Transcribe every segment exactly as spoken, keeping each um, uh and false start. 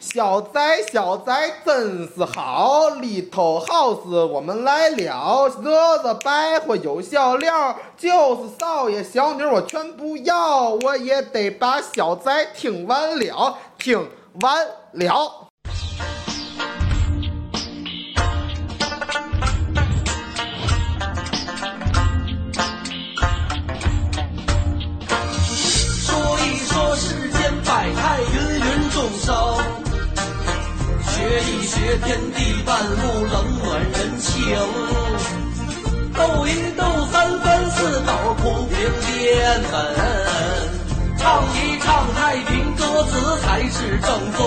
小宅小宅真是好，里头好事我们来了，热热白活有笑料，就是少爷小女我全不要，我也得把小宅听完了，听完了。 说一说世间百态，芸芸众生。学一学天地万物，冷暖人情。斗一斗三分四斗，铺平天门。唱一唱太平歌词，才是正宗。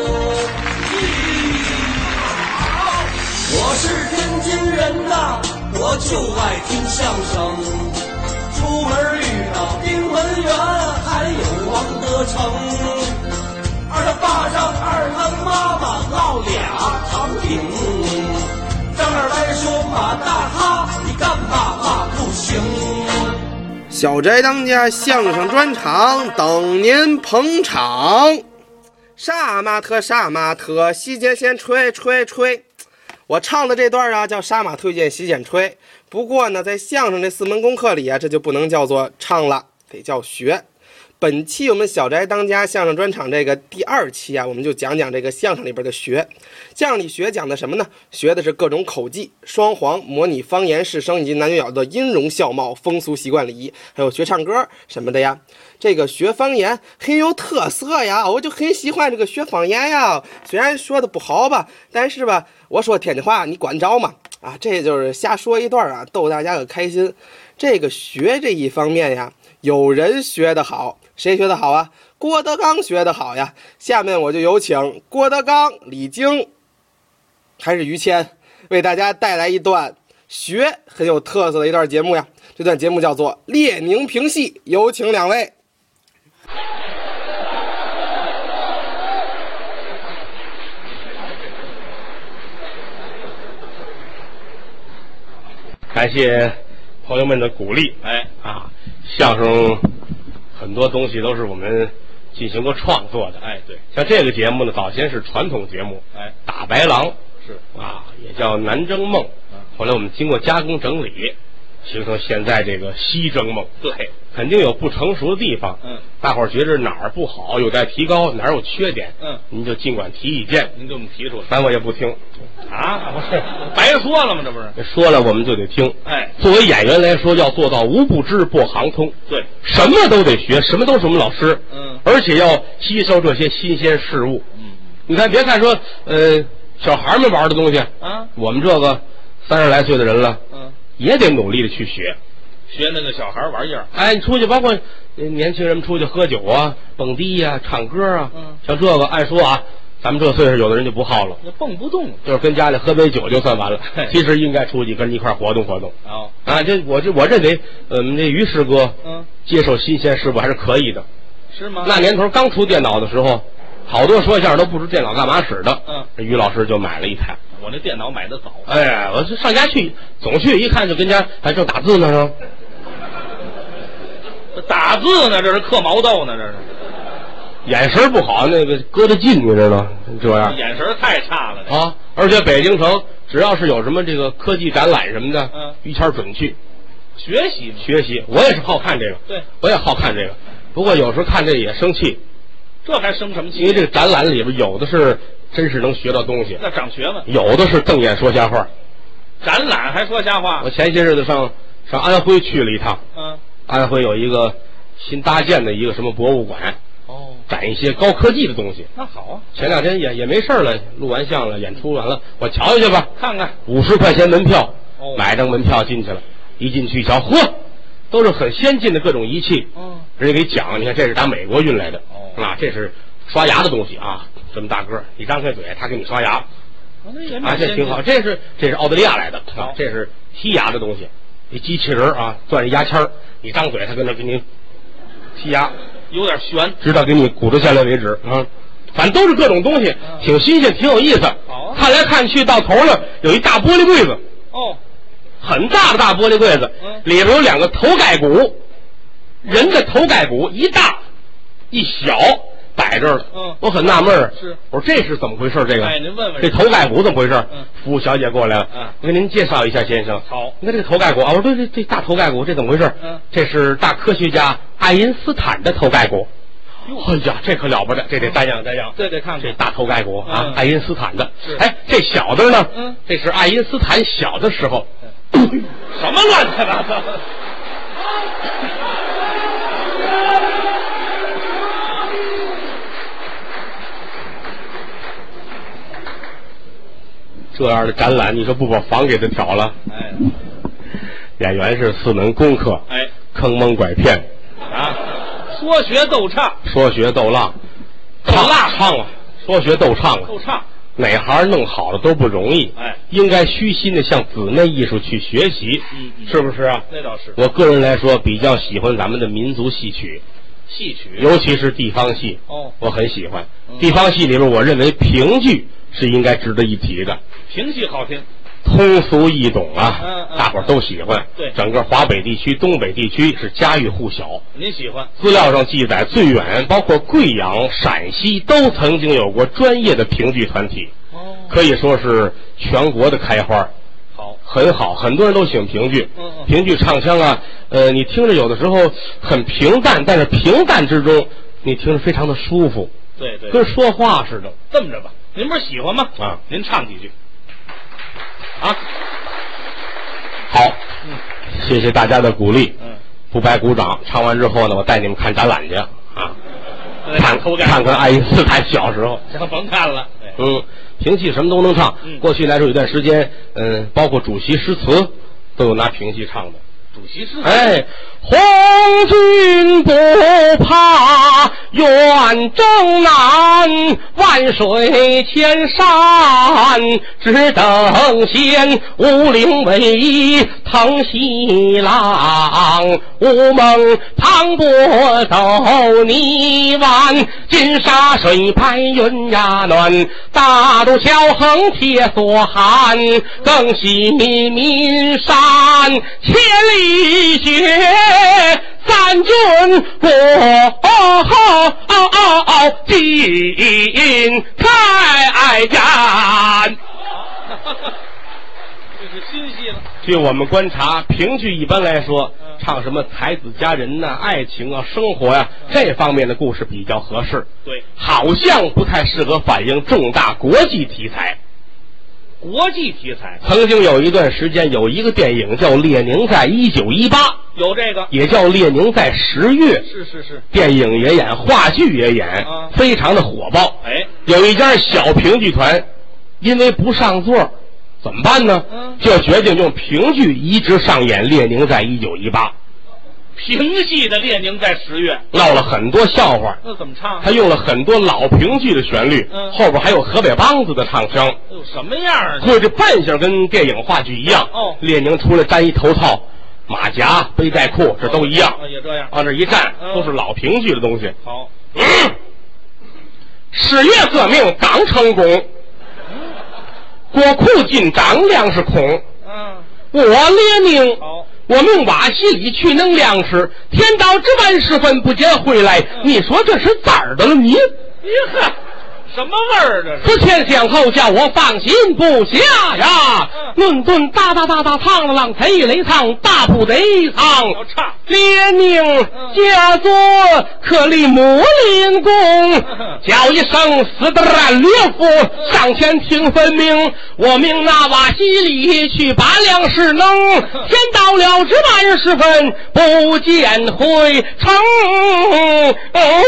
我是天津人呐，我就爱听相声。出门遇到丁文元，还有王德成。二他爸让二他妈妈烙俩糖饼，张二来说马大哈，你干嘛嘛不行？ 小宅当家相声专场等您捧场。杀马特杀马特，洗剪先吹吹吹。我唱的这段啊叫杀马推荐洗剪吹，不过呢在相声这四门功课里啊，这就不能叫做唱了，得叫学。本期我们小宅当家相声专场这个第二期啊，我们就讲讲这个相声里边的学。相声里学讲的什么呢？学的是各种口技、双簧、模拟方言、式声以及男女角的音容笑貌、风俗习惯礼仪，还有学唱歌什么的呀。这个学方言很有特色呀，我就很喜欢这个学方言呀。虽然说的不好吧，但是吧，我说天津话你管着吗？啊，这就是瞎说一段啊，逗大家个开心。这个学这一方面呀，有人学得好。谁学得好啊？郭德纲学得好呀。下面我就有请郭德纲、李菁还是于谦为大家带来一段学很有特色的一段节目呀。这段节目叫做列宁评戏，有请两位。 感谢朋友们的鼓励。哎啊，相声很多东西都是我们进行过创作的。哎，对，像这个节目呢，早先是传统节目，哎，打白狼是啊，也叫南征梦。后来我们经过加工整理，形成现在这个西征梦。对，肯定有不成熟的地方。嗯，大伙儿觉着哪儿不好，有待提高，哪儿有缺点，嗯，您就尽管提意见，您给我们提出来，反正我也不听。啊，不是白说了吗？这不是说了我们就得听。哎，作为演员来说，要做到无不知不行通。对，什么都得学，什么都是我们老师。嗯，而且要吸收这些新鲜事物。嗯，你看，别看说呃小孩们玩的东西啊，我们这个三十来岁的人了，嗯，也得努力的去学。学那个小孩玩意儿，哎，你出去，包括年轻人们出去喝酒啊、蹦迪呀、啊、唱歌啊，嗯，像这个，按说啊，咱们这岁数有的人就不好了，就蹦不动，就是跟家里喝杯酒就算完了。其实应该出去跟人一块活动活动。哦，啊，这我这我认为，呃，我们这于师哥，嗯，接受新鲜事物还是可以的。是吗？那年头刚出电脑的时候，好多说相声都不知电脑干嘛使的。嗯，于老师就买了一台。我那电脑买的早。哎，我这上家去，总去一看就跟家还正打字呢，是吧？打字呢，这是刻毛豆呢，这是眼神不好，那个搁得近，你知道这样眼神太差了啊！而且北京城只要是有什么这个科技展览什么的，嗯，于谦准去学习学习。我也是好看这个，对，我也好看这个。不过有时候看这个也生气，这还生什么气？因为这个展览里边有的是真是能学到东西，那长学问；有的是瞪眼说瞎话。展览还说瞎话？我前些日子上上安徽去了一趟，嗯。安徽有一个新搭建的一个什么博物馆，哦，展一些高科技的东西。那好啊，前两天也也没事了，录完相了，演出完了，我瞧瞧去吧，看看。五十块钱门票，哦，买张门票进去了，一进去一瞧，嚯，都是很先进的各种仪器。嗯，人家给讲，你看这是打美国运来的，哦，啊，这是刷牙的东西啊，这么大个，你张开嘴，他给你刷牙。哦，那也蛮先进。啊，这挺好。这是这是澳大利亚来的，啊，这是剔牙的东西。这机器人啊，攥着牙签儿，你张嘴，他跟那给你剔牙，有点悬，直到给你鼓捣下来为止啊。反正都是各种东西，挺新鲜，挺有意思。哦，看来看去，到头了有一大玻璃柜子，哦，很大的大玻璃柜子，嗯，里边有两个头盖骨，人的头盖骨一大一小， 摆这儿了。 嗯， 我很纳闷儿， 是， 我说这是怎么回事？这个， 哎，您问问这头盖骨怎么回事？ 嗯， 服务小姐过来了， 嗯， 我给您介绍一下，先生。 好， 你看这个头盖骨啊，我说对这这大头盖骨这怎么回事？ 嗯， 这是大科学家爱因斯坦的头盖骨。哎呀，这可了不得，这得瞻仰瞻仰， 这得看看这大头盖骨啊， 嗯、 爱因斯坦的。 是， 哎，这小的呢？ 嗯， 这是爱因斯坦小的时候。 什么乱七八糟？ 这样的展览，你说不把房给他挑了？ 哎， 演员是四门功课， 哎， 坑蒙拐骗啊，说学逗唱， 说学逗浪， 逗浪唱啊，说学逗唱啊， 逗唱， 哪行弄好了都不容易， 哎， 应该虚心的向姊妹艺术去学习， 嗯，嗯是不是啊？ 那倒是。 我个人来说，比较喜欢咱们的民族戏曲。 戏曲， 尤其是地方戏， 哦， 我很喜欢。 嗯、 地方戏里边，我认为评剧是应该值得一提的。 评戏好听， 通俗易懂啊， 嗯嗯、 大伙儿都喜欢。 对， 整个华北地区、东北地区是家喻户晓。 您喜欢？ 资料上记载，最远包括贵阳、陕西都曾经有过专业的评剧团体， 哦， 可以说是全国的开花。 好， 很好，很多人都喜欢评剧。 嗯嗯， 评剧唱腔啊，呃，你听着有的时候很平淡，但是平淡之中你听着非常的舒服。 对对， 跟说话似的。 这么着吧，您不是喜欢吗？ 啊， 您唱几句。啊， 好，嗯，谢谢大家的鼓励。 嗯， 不白鼓掌。唱完之后呢，我带你们看展览去啊，看看看看爱因斯坦小时候。 行，甭看了。 嗯，评戏什么都能唱。 嗯， 过去来说有段时间，嗯，包括主席诗词都有拿评戏唱的。 主席诗词。 哎，红军不怕远征难，万水千山只等闲。五岭逶迤腾西浪，乌蒙磅礴走泥湾。金沙水白云呀暖，大渡桥横铁索寒。更喜岷山千里雪，三军过后尽开战。 这是新戏了。 据我们观察，评剧一般来说，嗯、唱什么才子佳人呐、啊、爱情啊、生活呀、啊、这方面的故事比较合适。 对， 好像不太适合反映重大国际题材。 国际题材， 曾经有一段时间，有一个电影叫《列宁在一九一八》， 有这个， 也叫《列宁在十月》。 是是是， 电影也演，话剧也演， 啊、 非常的火爆。 哎， 有一家小评剧团，因为不上座，怎么办呢？ 嗯， 就决定用评剧一直上演《列宁在一九一八》。 评戏的《列宁在十月》 闹了很多笑话。 那怎么唱？ 他用了很多老评剧的旋律， 嗯， 后边还有河北梆子的唱腔。 有什么样啊？ 会这扮相跟电影话剧一样。 哦， 列宁出来粘一头套、马甲、背带裤，这都一样。 哦，也这样。 往这一站， 嗯， 都是老评剧的东西。 好。 嗯，十月革命刚成功， 嗯， 国库紧张，粮食空。 嗯， 我列宁。 好。 我命瓦西里去弄粮食，天到值班时分不见回来，嗯、你说这是咋儿的了你？ 你看什么味儿这是？思前想后，叫我放心不下呀。论顿、嗯、大大大大唱了浪贼雷唱，大不得唱。 要唱列宁驾作克里姆林宫，嗯、叫一声斯德兰列夫，嗯、上前听分明。我命那瓦西里去把粮食弄，嗯、天到了值班时分不见回城。嗯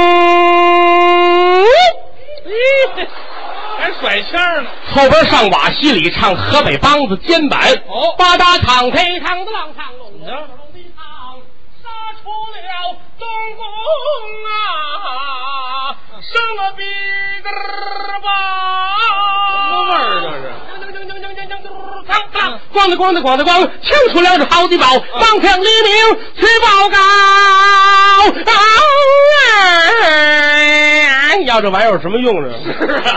咦，还甩腔呢！ 后边上瓦西里唱河北梆子肩板， 哦， 八大唱配唱的浪唱龙龙的唱，杀出了东宫啊，生了彼得吧？ 什么味儿这是？ 咣的咣的咣的咣，抢出了这好的宝，王强黎明去报告。啊，要这玩意儿有什么用呢？ 是啊。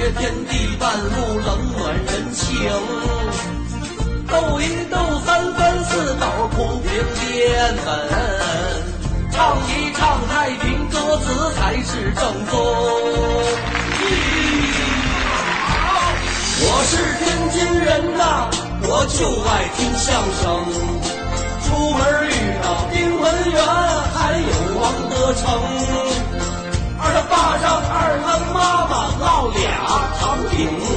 雪天地半路冷暖人情，斗一斗三分四斗铺平淀粉，唱一唱太平歌词才是正宗。我是天津人呐，我就爱听相声，出门遇到丁文元还有王德成，二他爸让二他妈妈烙俩糖饼。